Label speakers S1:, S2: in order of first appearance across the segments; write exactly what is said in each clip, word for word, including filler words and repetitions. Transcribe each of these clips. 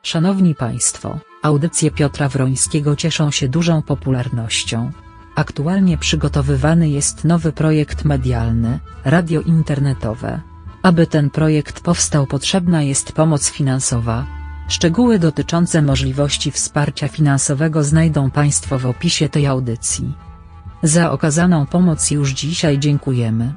S1: Szanowni Państwo, audycje Piotra Wrońskiego cieszą się dużą popularnością. Aktualnie przygotowywany jest nowy projekt medialny, radio internetowe. Aby ten projekt powstał, potrzebna jest pomoc finansowa. Szczegóły dotyczące możliwości wsparcia finansowego znajdą Państwo w opisie tej audycji. Za okazaną pomoc już dzisiaj dziękujemy.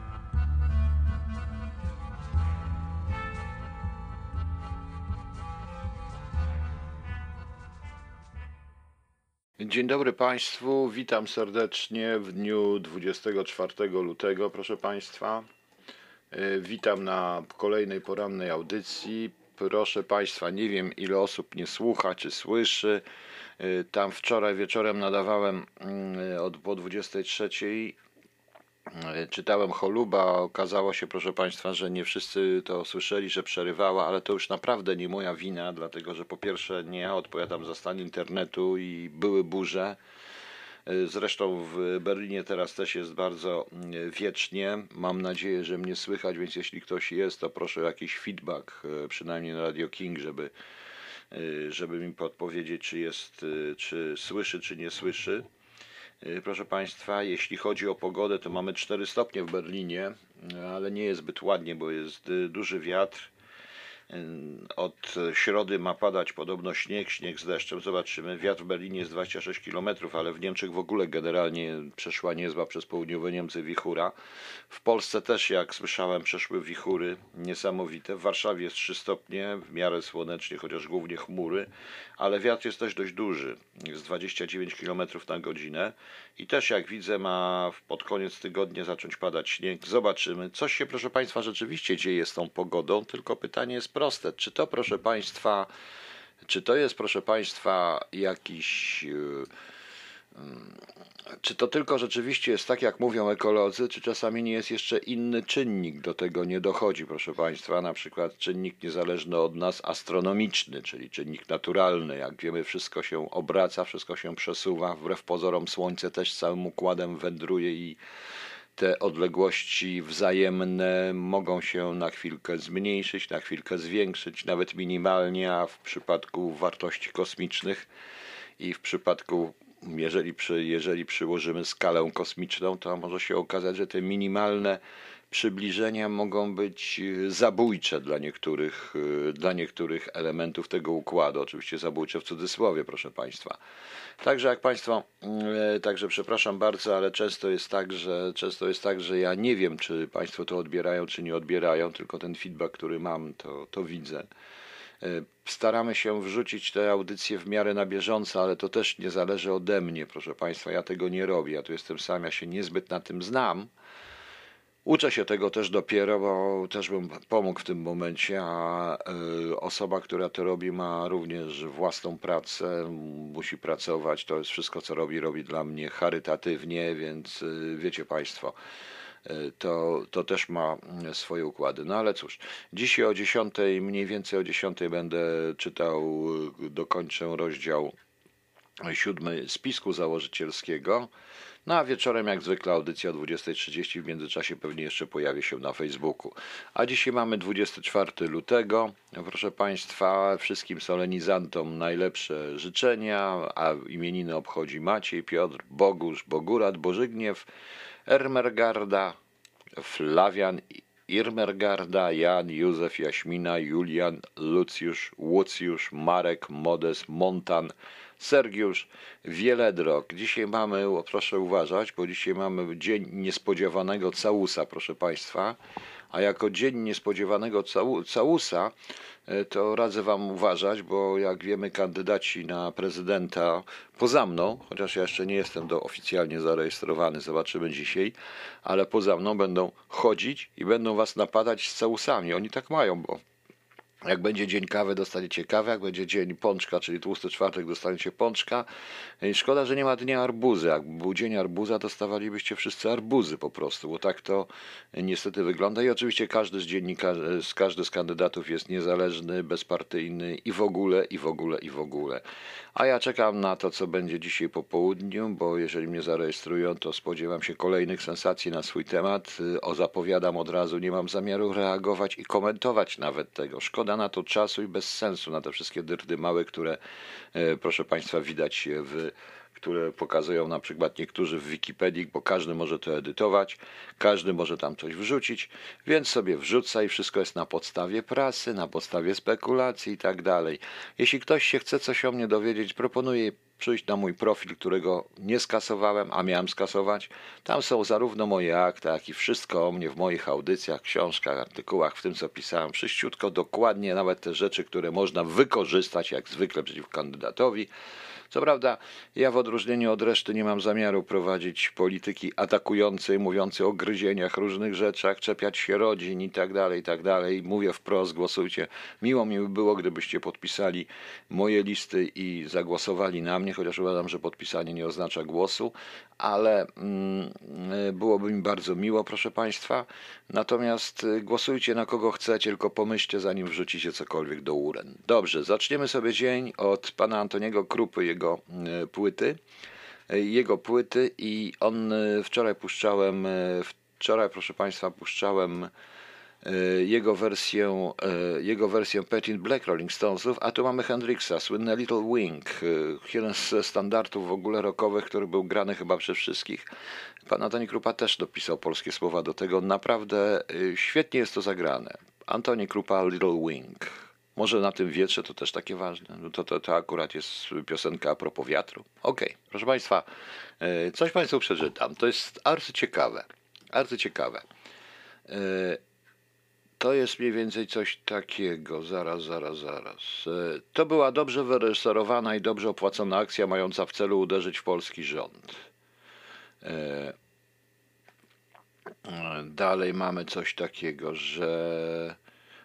S2: Dzień dobry Państwu, witam serdecznie w dniu dwudziestego czwartego lutego, proszę Państwa. Witam na kolejnej porannej audycji. Proszę Państwa, nie wiem ile osób nie słucha czy słyszy. Tam wczoraj wieczorem nadawałem od po dwudziestej trzeciej. Czytałem Choluba, okazało się, proszę Państwa, że nie wszyscy to słyszeli, że przerywała, ale to już naprawdę nie moja wina, dlatego że po pierwsze nie ja odpowiadam za stan internetu i były burze. Zresztą w Berlinie teraz też jest bardzo wiecznie. Mam nadzieję, że mnie słychać, więc jeśli ktoś jest, to proszę o jakiś feedback, przynajmniej na Radio King, żeby, żeby mi podpowiedzieć, czy jest, czy słyszy, czy nie słyszy. Proszę Państwa, jeśli chodzi o pogodę, to mamy cztery stopnie w Berlinie, ale nie jest zbyt ładnie, bo jest duży wiatr. Od środy ma padać podobno śnieg, śnieg z deszczem, zobaczymy. Wiatr w Berlinie jest dwadzieścia sześć kilometrów, ale w Niemczech w ogóle generalnie przeszła niezła przez południowe Niemcy wichura. W Polsce też, jak słyszałem, przeszły wichury niesamowite. W Warszawie jest trzy stopnie, w miarę słonecznie, chociaż głównie chmury, ale wiatr jest też dość duży, jest dwadzieścia dziewięć kilometrów na godzinę i też, jak widzę, ma pod koniec tygodnia zacząć padać śnieg. Zobaczymy. Coś się, proszę Państwa, rzeczywiście dzieje z tą pogodą, tylko pytanie jest proste. Czy to, proszę Państwa, czy to jest, proszę Państwa, jakiś... Yy, Czy to tylko rzeczywiście jest tak, jak mówią ekolodzy, czy czasami nie jest jeszcze inny czynnik, do tego nie dochodzi, proszę Państwa, na przykład czynnik niezależny od nas, astronomiczny, czyli czynnik naturalny. Jak wiemy, wszystko się obraca, wszystko się przesuwa, wbrew pozorom Słońce też całym układem wędruje i te odległości wzajemne mogą się na chwilkę zmniejszyć, na chwilkę zwiększyć, nawet minimalnie, a w przypadku wartości kosmicznych i w przypadku Jeżeli, przy, jeżeli przyłożymy skalę kosmiczną, to może się okazać, że te minimalne przybliżenia mogą być zabójcze dla niektórych, dla niektórych elementów tego układu. Oczywiście zabójcze w cudzysłowie, proszę Państwa. Także jak Państwo, także przepraszam bardzo, ale często jest tak, że często jest tak, że ja nie wiem, czy Państwo to odbierają, czy nie odbierają, tylko ten feedback, który mam, to, to widzę. Staramy się wrzucić te audycje w miarę na bieżąco, ale to też nie zależy ode mnie, proszę Państwa, ja tego nie robię, ja tu jestem sam, ja się niezbyt na tym znam. Uczę się tego też dopiero, bo też bym pomógł w tym momencie, a osoba, która to robi, ma również własną pracę, musi pracować, to jest wszystko, co robi, robi dla mnie charytatywnie, więc wiecie Państwo, To, to też ma swoje układy. No ale cóż, dzisiaj o dziesiątej, mniej więcej o dziesiątej będę czytał, dokończę rozdział siódmy spisku założycielskiego. No a wieczorem jak zwykle audycja o dwudziestej trzydzieści, w międzyczasie pewnie jeszcze pojawi się na Facebooku. A dzisiaj mamy dwudziestego czwartego lutego. Proszę Państwa, wszystkim solenizantom najlepsze życzenia, a imieniny obchodzi Maciej, Piotr, Bogusz, Bogurat, Bożygniew, Ermergarda, Flawian, Irmergarda, Jan, Józef, Jaśmina, Julian, Lucjusz, Łucjusz, Marek, Modes, Montan, Sergiusz, Wieledrok. Dzisiaj mamy, proszę uważać, bo dzisiaj mamy dzień niespodziewanego całusa, proszę Państwa, a jako dzień niespodziewanego całusa to radzę Wam uważać, bo jak wiemy, kandydaci na prezydenta poza mną, chociaż ja jeszcze nie jestem do oficjalnie zarejestrowany, zobaczymy dzisiaj, ale poza mną będą chodzić i będą Was napadać z całusami. Oni tak mają, bo jak będzie dzień kawy, dostaniecie kawę, jak będzie dzień pączka, czyli tłusty czwartek, dostaniecie pączka. I szkoda, że nie ma dnia arbuzy. Jak był dzień arbuza, dostawalibyście wszyscy arbuzy po prostu, bo tak to niestety wygląda. I oczywiście każdy z dziennikarzy, każdy z kandydatów jest niezależny, bezpartyjny i w ogóle, i w ogóle, i w ogóle. A ja czekam na to, co będzie dzisiaj po południu, bo jeżeli mnie zarejestrują, to spodziewam się kolejnych sensacji na swój temat. O, zapowiadam od razu, nie mam zamiaru reagować i komentować nawet tego. Szkoda, szkoda na to czasu i bez sensu, na te wszystkie dyrdy małe, które, e, proszę Państwa, widać w które pokazują na przykład niektórzy w Wikipedii, bo każdy może to edytować, każdy może tam coś wrzucić, więc sobie wrzuca i wszystko jest na podstawie prasy, na podstawie spekulacji i tak dalej. Jeśli ktoś się chce coś o mnie dowiedzieć, proponuję przyjść na mój profil, którego nie skasowałem, a miałem skasować. Tam są zarówno moje akta, jak i wszystko o mnie w moich audycjach, książkach, artykułach, w tym co pisałem. Wszyściutko, dokładnie, nawet te rzeczy, które można wykorzystać jak zwykle przeciw kandydatowi. Co prawda, ja w odróżnieniu od reszty nie mam zamiaru prowadzić polityki atakującej, mówiącej o gryzieniach, różnych rzeczach, czepiać się rodzin i tak dalej, i tak dalej. Mówię wprost, głosujcie. Miło mi by było, gdybyście podpisali moje listy i zagłosowali na mnie, chociaż uważam, że podpisanie nie oznacza głosu, ale mm, byłoby mi bardzo miło, proszę Państwa. Natomiast głosujcie na kogo chcecie, tylko pomyślcie, zanim wrzucicie cokolwiek do uren. Dobrze, zaczniemy sobie dzień od pana Antoniego Krupy, jego płyty, jego płyty i on wczoraj puszczałem, wczoraj proszę Państwa puszczałem jego wersję, jego wersję Paint in Black Rolling Stonesów, a tu mamy Hendrixa, słynny Little Wing, jeden ze standardów w ogóle rockowych, który był grany chyba przez wszystkich. Pan Antoni Krupa też dopisał polskie słowa do tego, naprawdę świetnie jest to zagrane. Antoni Krupa, Little Wing. Może na tym wietrze to też takie ważne. No to, to, to akurat jest piosenka a propos wiatru. Okej, okay. Proszę Państwa, coś Państwu przeczytam. To jest arcyciekawe. Arcyciekawe. To jest mniej więcej coś takiego. Zaraz, zaraz, zaraz. To była dobrze wyreżyserowana i dobrze opłacona akcja mająca w celu uderzyć w polski rząd. Dalej mamy coś takiego, że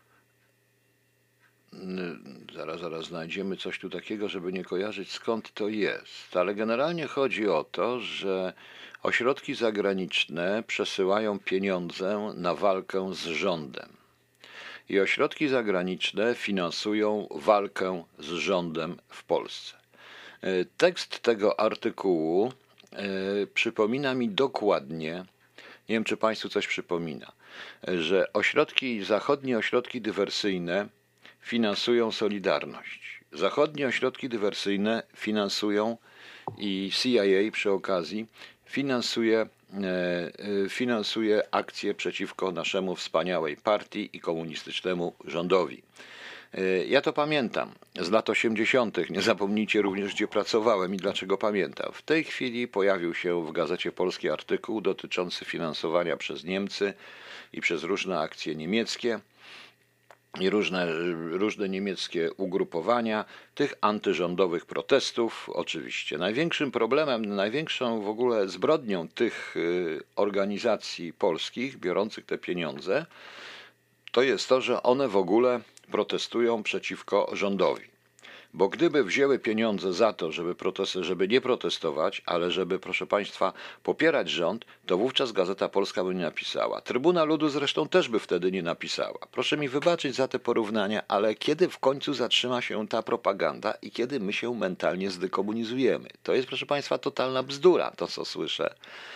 S2: zaraz, zaraz znajdziemy coś tu takiego, żeby nie kojarzyć skąd to jest. Ale generalnie chodzi o to, że ośrodki zagraniczne przesyłają pieniądze na walkę z rządem. I ośrodki zagraniczne finansują walkę z rządem w Polsce. Tekst tego artykułu przypomina mi dokładnie, nie wiem czy Państwu coś przypomina, że ośrodki, zachodnie ośrodki dywersyjne finansują Solidarność. Zachodnie ośrodki dywersyjne finansują i C I A przy okazji finansuje, e, finansuje akcje przeciwko naszemu wspaniałej partii i komunistycznemu rządowi. E, ja to pamiętam z lat osiemdziesiątych. Nie zapomnijcie również, gdzie pracowałem i dlaczego pamiętam. W tej chwili pojawił się w Gazecie Polskiej artykuł dotyczący finansowania przez Niemcy i przez różne akcje niemieckie i różne, różne niemieckie ugrupowania tych antyrządowych protestów. Oczywiście największym problemem, największą w ogóle zbrodnią tych organizacji polskich biorących te pieniądze to jest to, że one w ogóle protestują przeciwko rządowi. Bo gdyby wzięły pieniądze za to, żeby, protest, żeby nie protestować, ale żeby, proszę Państwa, popierać rząd, to wówczas Gazeta Polska by nie napisała. Trybuna Ludu zresztą też by wtedy nie napisała. Proszę mi wybaczyć za te porównania, ale kiedy w końcu zatrzyma się ta propaganda i kiedy my się mentalnie zdekomunizujemy? To jest, proszę Państwa, totalna bzdura, to co słyszę.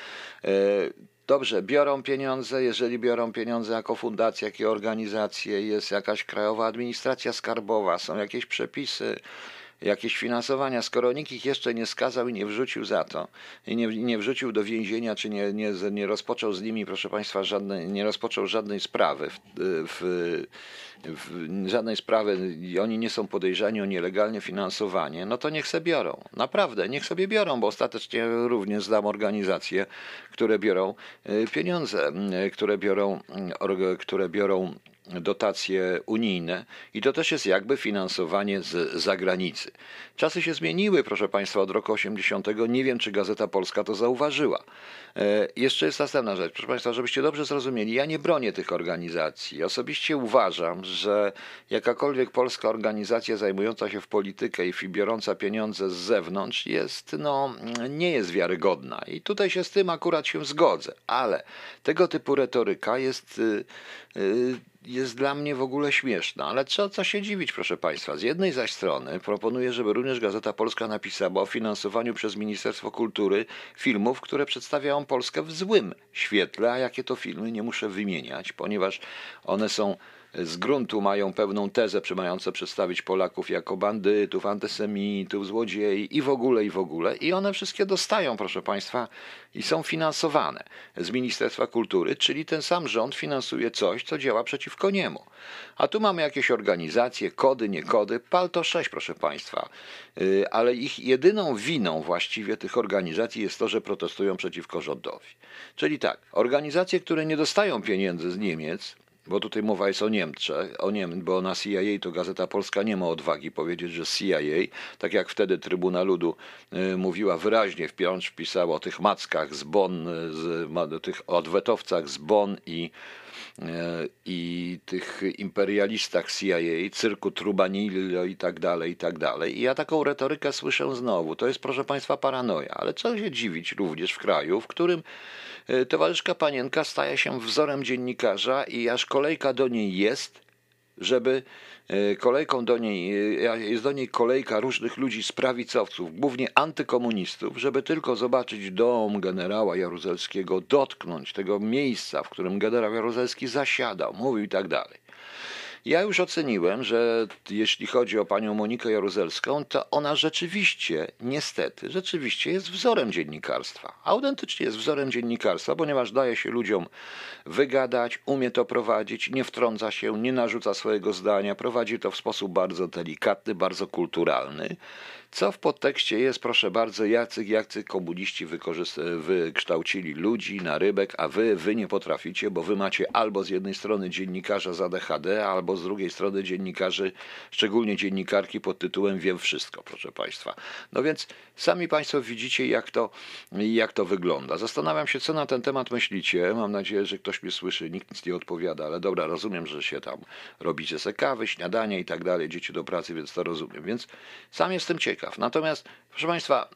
S2: Dobrze, biorą pieniądze, jeżeli biorą pieniądze jako fundacje, jakie organizacje, jest jakaś Krajowa Administracja Skarbowa, są jakieś przepisy, jakieś finansowania, skoro nikt ich jeszcze nie skazał i nie wrzucił za to, i nie, nie wrzucił do więzienia, czy nie, nie, nie rozpoczął z nimi, proszę Państwa, żadnej, nie rozpoczął żadnej sprawy, w, w, w, żadnej sprawy i oni nie są podejrzani o nielegalne finansowanie, no to niech se biorą. Naprawdę, niech sobie biorą, bo ostatecznie również znam organizacje, które biorą pieniądze, które biorą, które biorą dotacje unijne i to też jest jakby finansowanie z zagranicy. Czasy się zmieniły, proszę Państwa, od roku osiemdziesiątego. Nie wiem, czy Gazeta Polska to zauważyła. E, jeszcze jest następna rzecz. Proszę Państwa, żebyście dobrze zrozumieli, ja nie bronię tych organizacji. Osobiście uważam, że jakakolwiek polska organizacja zajmująca się w politykę i biorąca pieniądze z zewnątrz jest, no, nie jest wiarygodna. I tutaj się z tym akurat się zgodzę. Ale tego typu retoryka jest... Yy, yy, jest dla mnie w ogóle śmieszna, ale co, co się dziwić, proszę Państwa. Z jednej zaś strony proponuję, żeby również Gazeta Polska napisała o finansowaniu przez Ministerstwo Kultury filmów, które przedstawiają Polskę w złym świetle, a jakie to filmy nie muszę wymieniać, ponieważ one są z gruntu mają pewną tezę mającą przedstawić Polaków jako bandytów, antysemitów, złodziei i w ogóle, i w ogóle. I one wszystkie dostają, proszę Państwa, i są finansowane z Ministerstwa Kultury, czyli ten sam rząd finansuje coś, co działa przeciwko niemu. A tu mamy jakieś organizacje, kody, nie kody, pal to sześć, proszę Państwa. Ale ich jedyną winą właściwie tych organizacji jest to, że protestują przeciwko rządowi. Czyli tak, organizacje, które nie dostają pieniędzy z Niemiec, bo tutaj mowa jest o Niemczech, o Niem, bo na C I A to Gazeta Polska nie ma odwagi powiedzieć, że C I A, tak jak wtedy Trybuna Ludu y, mówiła wyraźnie, wpiąć wpisała o tych mackach z Bonn, z, ma, tych odwetowcach z Bonn i, y, i tych imperialistach C I A, cyrku Trubanillo i tak dalej, i tak dalej. I ja taką retorykę słyszę znowu. To jest, proszę Państwa, paranoja. Ale co się dziwić również w kraju, w którym towarzyszka Panienka staje się wzorem dziennikarza i aż kolejka do niej jest, żeby kolejką do niej, jest do niej kolejka różnych ludzi z prawicowców, głównie antykomunistów, żeby tylko zobaczyć dom generała Jaruzelskiego, dotknąć tego miejsca, w którym generał Jaruzelski zasiadał, mówił i tak dalej. Ja już oceniłem, że jeśli chodzi o panią Monikę Jaruzelską, to ona rzeczywiście, niestety, rzeczywiście jest wzorem dziennikarstwa. Autentycznie jest wzorem dziennikarstwa, ponieważ daje się ludziom wygadać, umie to prowadzić, nie wtrąca się, nie narzuca swojego zdania, prowadzi to w sposób bardzo delikatny, bardzo kulturalny. Co w podtekście jest, proszę bardzo, jacy, jacy komuniści wykształcili ludzi na rybek, a wy, wy nie potraficie, bo wy macie albo z jednej strony dziennikarza z A D H D, albo z drugiej strony dziennikarzy, szczególnie dziennikarki pod tytułem Wiem wszystko, proszę Państwa. No więc sami Państwo widzicie, jak to, jak to wygląda. Zastanawiam się, co na ten temat myślicie. Mam nadzieję, że ktoś mnie słyszy, nikt nic nie odpowiada, ale dobra, rozumiem, że się tam robicie se kawy, śniadanie i tak dalej, dzieci do pracy, więc to rozumiem. Więc sam jestem ciekaw. Natomiast, proszę Państwa,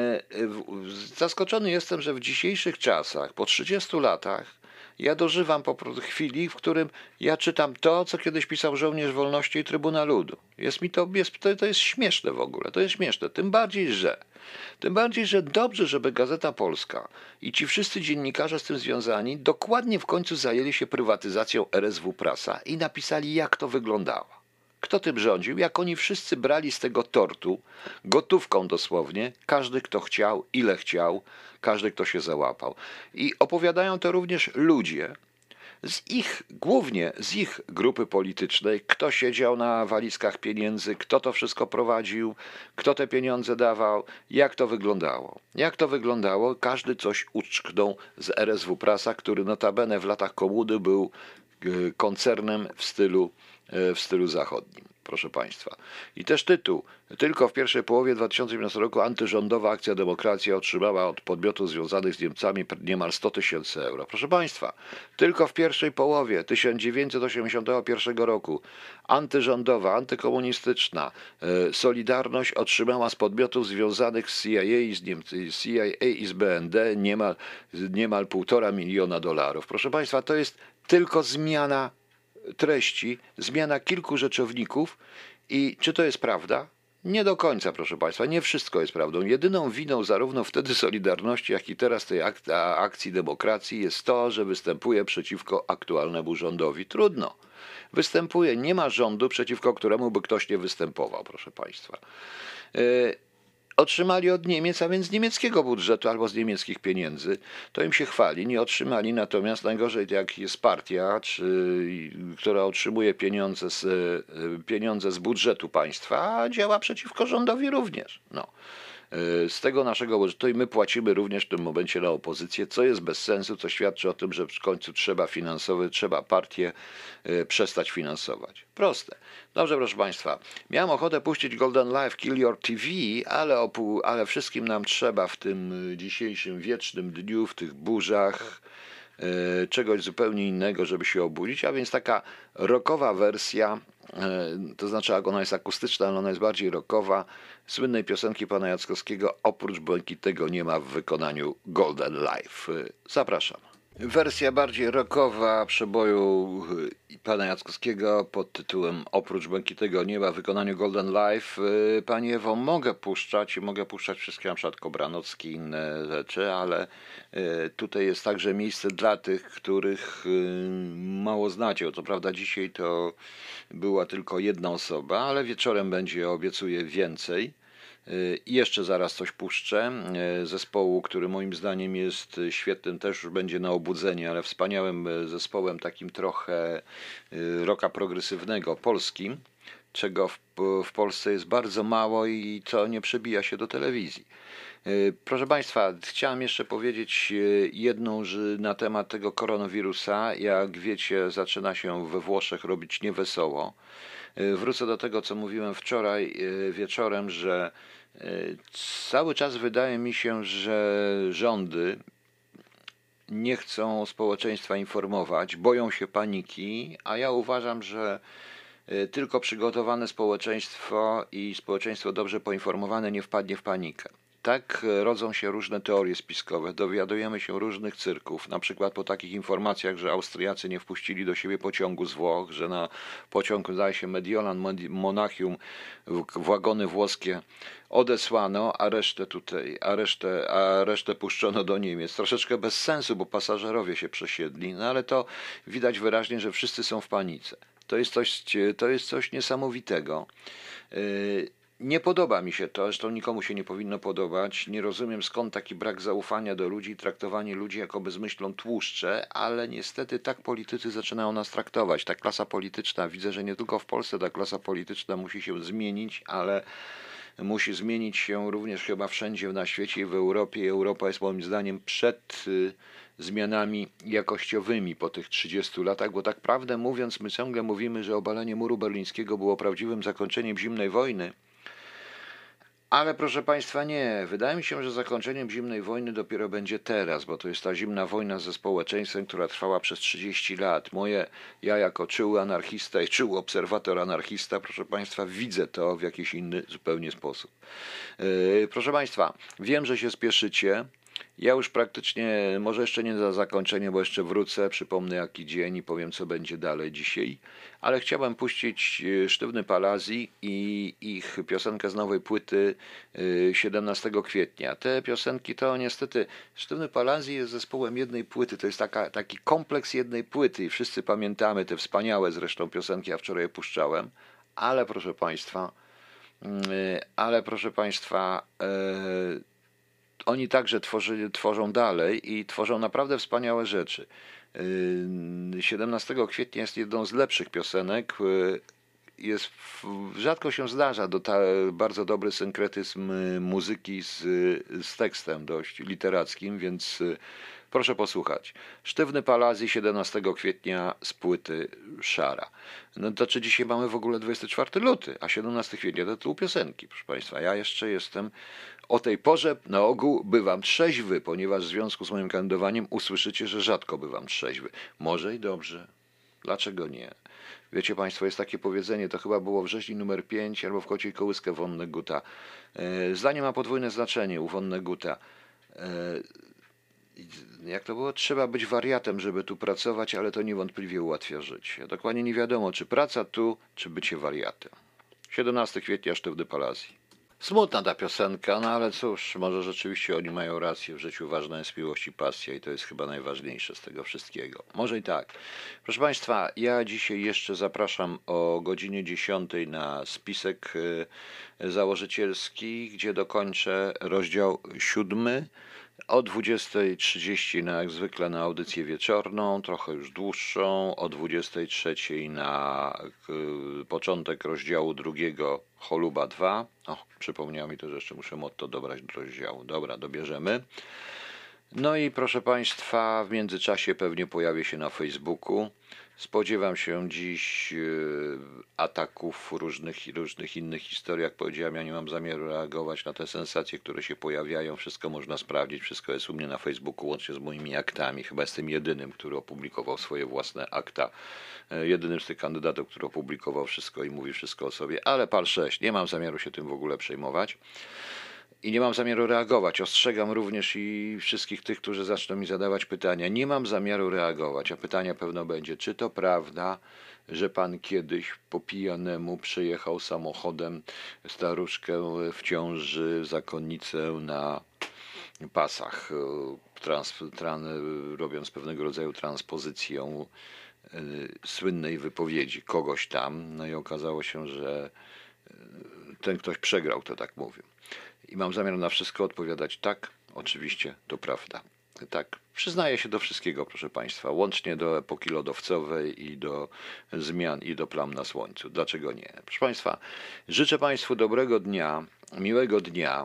S2: zaskoczony jestem, że w dzisiejszych czasach, po trzydziestu latach, ja dożywam po prostu chwili, w którym ja czytam to, co kiedyś pisał Żołnierz Wolności i Trybuna Ludu. Jest mi to, jest, to, to jest śmieszne w ogóle, to jest śmieszne. Tym bardziej, że Tym bardziej, że dobrze, żeby Gazeta Polska i ci wszyscy dziennikarze z tym związani dokładnie w końcu zajęli się prywatyzacją R S W Prasa i napisali, jak to wyglądało. Kto tym rządził? Jak oni wszyscy brali z tego tortu, gotówką dosłownie, każdy kto chciał, ile chciał, każdy kto się załapał. I opowiadają to również ludzie z ich, głównie z ich grupy politycznej, kto siedział na walizkach pieniędzy, kto to wszystko prowadził, kto te pieniądze dawał, jak to wyglądało. Jak to wyglądało? Każdy coś uczknął z R S W Prasa, który notabene w latach komuny był koncernem w stylu w stylu zachodnim, proszę Państwa. I też tytuł. Tylko w pierwszej połowie dwa tysiące piętnastego roku antyrządowa akcja Demokracja otrzymała od podmiotów związanych z Niemcami niemal sto tysięcy euro. Proszę Państwa, tylko w pierwszej połowie tysiąc dziewięćset osiemdziesiątego pierwszego roku antyrządowa, antykomunistyczna Solidarność otrzymała z podmiotów związanych z C I A i z, Niemcy, C I A i z B N D niemal, niemal półtora miliona dolarów. Proszę Państwa, to jest tylko zmiana treści, zmiana kilku rzeczowników i czy to jest prawda? Nie do końca, proszę Państwa, nie wszystko jest prawdą. Jedyną winą zarówno wtedy Solidarności, jak i teraz tej ak- akcji demokracji jest to, że występuje przeciwko aktualnemu rządowi. Trudno. Występuje, nie ma rządu, przeciwko któremu by ktoś nie występował, proszę Państwa. Yy, Otrzymali od Niemiec, a więc z niemieckiego budżetu albo z niemieckich pieniędzy. To im się chwali. Nie otrzymali, natomiast najgorzej jak jest partia, czy, która otrzymuje pieniądze z, pieniądze z budżetu państwa, a działa przeciwko rządowi również. No. Z tego naszego budżetu i my płacimy również w tym momencie na opozycję, co jest bez sensu, co świadczy o tym, że w końcu trzeba finansowy, trzeba partię przestać finansować. Proste. Dobrze, proszę Państwa, miałem ochotę puścić Golden Life, Kill Your T V, ale, opu- ale wszystkim nam trzeba w tym dzisiejszym wiecznym dniu, w tych burzach, czegoś zupełnie innego, żeby się obudzić, a więc taka rockowa wersja, to znaczy ona jest akustyczna, ale ona jest bardziej rockowa, słynnej piosenki pana Jackowskiego, oprócz Błękitnego nie ma w wykonaniu Golden Life. Zapraszam. Wersja bardziej rockowa przeboju y, pana Jackowskiego pod tytułem Oprócz błękitnego nieba w wykonaniu Golden Life. Y, Pani Ewo, mogę puszczać i mogę puszczać wszystkie, na przykład Kobranocki i inne rzeczy, ale y, tutaj jest także miejsce dla tych, których y, mało znacie. Co prawda dzisiaj to była tylko jedna osoba, ale wieczorem będzie, obiecuję, więcej. I jeszcze zaraz coś puszczę zespołu, który moim zdaniem jest świetnym, też już będzie na obudzenie, ale wspaniałym zespołem, takim trochę rocka progresywnego, polskim, czego w, w Polsce jest bardzo mało i co nie przebija się do telewizji. Proszę Państwa, chciałem jeszcze powiedzieć jedną rzecz na temat tego koronawirusa. Jak wiecie, zaczyna się we Włoszech robić niewesoło. Wrócę do tego, co mówiłem wczoraj wieczorem, że cały czas wydaje mi się, że rządy nie chcą społeczeństwa informować, boją się paniki, a ja uważam, że tylko przygotowane społeczeństwo i społeczeństwo dobrze poinformowane nie wpadnie w panikę. Tak rodzą się różne teorie spiskowe, dowiadujemy się różnych cyrków, na przykład po takich informacjach, że Austriacy nie wpuścili do siebie pociągu z Włoch, że na pociąg, zdaje się, Mediolan, Monachium, wagony włoskie odesłano, a resztę tutaj, a resztę, a resztę puszczono do Niemiec. Troszeczkę bez sensu, bo pasażerowie się przesiedli, no ale to widać wyraźnie, że wszyscy są w panice. To jest coś, to jest coś niesamowitego. Nie podoba mi się to, zresztą nikomu się nie powinno podobać. Nie rozumiem, skąd taki brak zaufania do ludzi, traktowanie ludzi jako bezmyślą tłuszcze, ale niestety tak politycy zaczynają nas traktować. Ta klasa polityczna, widzę, że nie tylko w Polsce ta klasa polityczna musi się zmienić, ale musi zmienić się również chyba wszędzie na świecie i w Europie. Europa jest moim zdaniem przed zmianami jakościowymi po tych trzydziestu latach, bo tak prawdę mówiąc, my ciągle mówimy, że obalenie muru berlińskiego było prawdziwym zakończeniem zimnej wojny. Ale proszę Państwa, nie. Wydaje mi się, że zakończeniem zimnej wojny dopiero będzie teraz, bo to jest ta zimna wojna ze społeczeństwem, która trwała przez trzydzieści lat. Moje, ja jako czuły anarchista i czuły obserwator anarchista, proszę Państwa, widzę to w jakiś inny zupełnie sposób. Yy, proszę Państwa, wiem, że się spieszycie. Ja już praktycznie, może jeszcze nie za zakończenie, bo jeszcze wrócę, przypomnę jaki dzień i powiem, co będzie dalej dzisiaj, ale chciałem puścić Sztywny Palazzi i ich piosenkę z nowej płyty siedemnastego kwietnia. Te piosenki to niestety, Sztywny Palazzi jest zespołem jednej płyty, to jest taka, taki kompleks jednej płyty i wszyscy pamiętamy te wspaniałe zresztą piosenki, ja wczoraj je puszczałem, ale proszę Państwa, ale proszę Państwa, oni także tworzy, tworzą dalej i tworzą naprawdę wspaniałe rzeczy. siedemnastego kwietnia jest jedną z lepszych piosenek. Jest, rzadko się zdarza do ta, bardzo dobry synkretyzm muzyki z, z tekstem dość literackim, więc proszę posłuchać. Sztywny Palazzi siedemnastego kwietnia z płyty Szara. No to czy dzisiaj mamy w ogóle dwudziestego czwartego lutego, a siedemnastego kwietnia to tytuł piosenki, proszę Państwa. Ja jeszcze jestem o tej porze na ogół bywam trzeźwy, ponieważ w związku z moim kandydowaniem usłyszycie, że rzadko bywam trzeźwy. Może i dobrze. Dlaczego nie? Wiecie Państwo, jest takie powiedzenie, to chyba było wrześni numer pięć albo w Kociej Kołyskę Vonneguta. Zdanie ma podwójne znaczenie u Vonneguta. Jak to było? Trzeba być wariatem, żeby tu pracować, ale to niewątpliwie ułatwia życie. Dokładnie nie wiadomo, czy praca tu, czy bycie wariatem. siedemnastego kwietnia, Sztywny Palazzi. Smutna ta piosenka, no ale cóż, może rzeczywiście oni mają rację, w życiu ważna jest miłość i pasja i to jest chyba najważniejsze z tego wszystkiego. Może i tak. Proszę Państwa, ja dzisiaj jeszcze zapraszam o godzinie dziesiątej na spisek założycielski, gdzie dokończę rozdział siódmy. O dwudziestej trzydzieści na, jak zwykle na audycję wieczorną, trochę już dłuższą, o dwudziestej trzeciej na y, początek rozdziału drugiego Choluba dwa. O, przypomniało mi to, że jeszcze muszę motto dobrać do rozdziału. Dobra, dobierzemy. No i proszę Państwa, w międzyczasie pewnie pojawię się na Facebooku. Spodziewam się dziś ataków różnych różnych innych historii. Jak powiedziałem, ja nie mam zamiaru reagować na te sensacje, które się pojawiają. Wszystko można sprawdzić, wszystko jest u mnie na Facebooku, łącznie z moimi aktami. Chyba jestem jedynym, który opublikował swoje własne akta. Jedynym z tych kandydatów, który opublikował wszystko i mówi wszystko o sobie. Ale pal sześć, nie mam zamiaru się tym w ogóle przejmować. I nie mam zamiaru reagować. Ostrzegam również i wszystkich tych, którzy zaczną mi zadawać pytania. Nie mam zamiaru reagować, a pytania pewno będzie, czy to prawda, że pan kiedyś po pijanemu przejechał samochodem staruszkę w ciąży, zakonnicę na pasach, trans, tran, robiąc pewnego rodzaju transpozycję y, słynnej wypowiedzi kogoś tam. No i okazało się, że ten ktoś przegrał, to tak mówią. I mam zamiar na wszystko odpowiadać tak, oczywiście to prawda. Tak, przyznaję się do wszystkiego, proszę Państwa, łącznie do epoki lodowcowej i do zmian i do plam na słońcu. Dlaczego nie? Proszę Państwa, życzę Państwu dobrego dnia, miłego dnia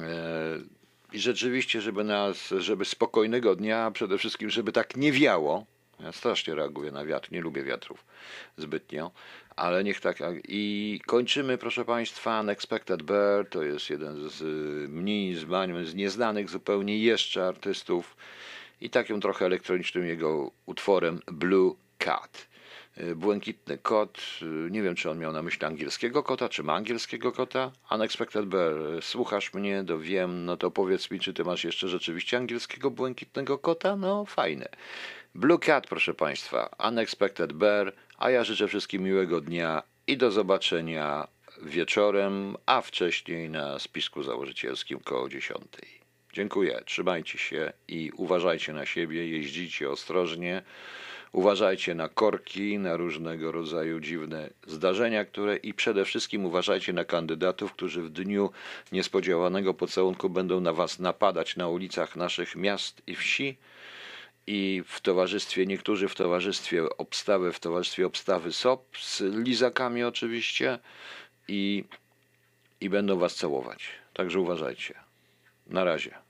S2: i rzeczywiście, żeby nas, żeby spokojnego dnia, przede wszystkim, żeby tak nie wiało. Ja strasznie reaguję na wiatr, nie lubię wiatrów zbytnio, ale niech tak. I kończymy, proszę Państwa, Unexpected Bear, to jest jeden z mniej z nieznanych zupełnie jeszcze artystów i takim trochę elektronicznym jego utworem Blue Cat. Błękitny kot, nie wiem, czy on miał na myśli angielskiego kota, czy ma angielskiego kota. Unexpected Bear, słuchasz mnie, to wiem, no to powiedz mi, czy ty masz jeszcze rzeczywiście angielskiego błękitnego kota? No fajne. Blue Cat, proszę Państwa, Unexpected Bear, a ja życzę wszystkim miłego dnia i do zobaczenia wieczorem, a wcześniej na spisku założycielskim koło dziesiątej. Dziękuję, trzymajcie się i uważajcie na siebie, jeździcie ostrożnie, uważajcie na korki, na różnego rodzaju dziwne zdarzenia, które i przede wszystkim uważajcie na kandydatów, którzy w dniu niespodziewanego pocałunku będą na was napadać na ulicach naszych miast i wsi. I w towarzystwie, niektórzy w towarzystwie obstawy, w towarzystwie obstawy S O P z lizakami oczywiście i, i będą was całować. Także uważajcie. Na razie.